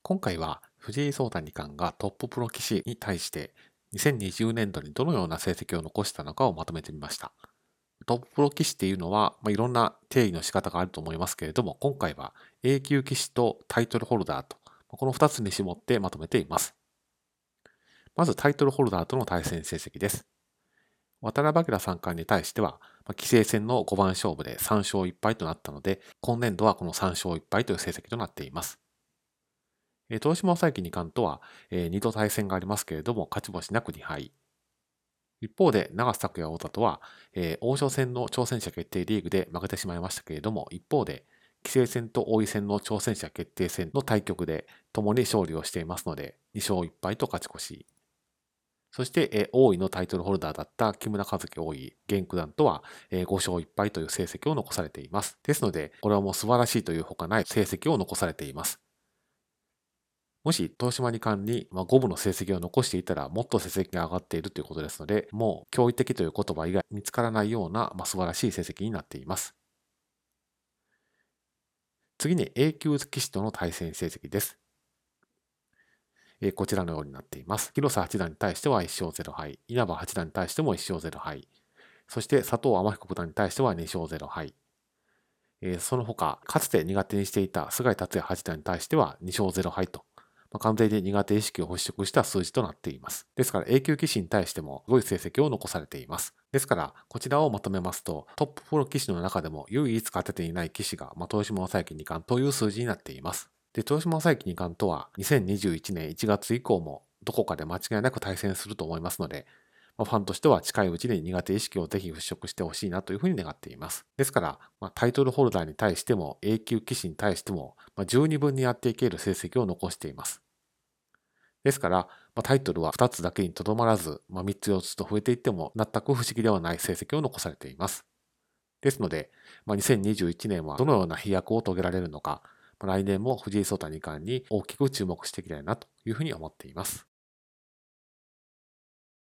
今回は藤井聡太二冠がトッププロ棋士に対して2020年度にどのような成績を残したのかをまとめてみました。トッププロ棋士っていうのは、いろんな定義の仕方があると思いますけれども、今回は A 級棋士とタイトルホルダーと、この2つに絞ってまとめています。まずタイトルホルダーとの対戦成績です。渡辺明三冠に対しては、棋聖戦の5番勝負で3勝1敗となったので、今年度はこの3勝1敗という成績となっています。豊島将之二冠とは2度対戦がありますけれども、勝ち星なく2敗。一方で、永瀬拓也王座とは、王将戦の挑戦者決定リーグで負けてしまいましたけれども、一方で、棋聖戦と王位戦の挑戦者決定戦の対局で共に勝利をしていますので、2勝1敗と勝ち越し。そして、王位のタイトルホルダーだった木村一樹王位、現九段とは、5勝1敗という成績を残されています。ですので、これはもう素晴らしいというほかない成績を残されています。もし、豊島二冠に五分の成績を残していたら、もっと成績が上がっているということですので、もう驚異的という言葉以外見つからないような、素晴らしい成績になっています。次に A 級棋士との対戦成績です。こちらのようになっています。広瀬八段に対しては1勝0敗、稲葉八段に対しても1勝0敗、そして佐藤天彦九段に対しては2勝0敗。その他、かつて苦手にしていた菅井達也八段に対しては2勝0敗と、完全に苦手意識を払拭した数字となっています。ですから A 級棋士に対してもすごい成績を残されています。ですから、こちらをまとめますと、トッププロ棋士の中でも唯一勝てていない棋士が、豊島将之二冠という数字になっています。で、豊島将之二冠とは2021年1月以降もどこかで間違いなく対戦すると思いますので、ファンとしては近いうちに苦手意識をぜひ払拭してほしいなというふうに願っています。ですから、タイトルホルダーに対しても A 級棋士に対しても十二分にやっていける成績を残しています。ですから、タイトルは2つだけにとどまらず、3つ4つと増えていっても全く不思議ではない成績を残されています。ですので、2021年はどのような飛躍を遂げられるのか、来年も藤井聡太二冠に大きく注目していきたいなというふうに思っています。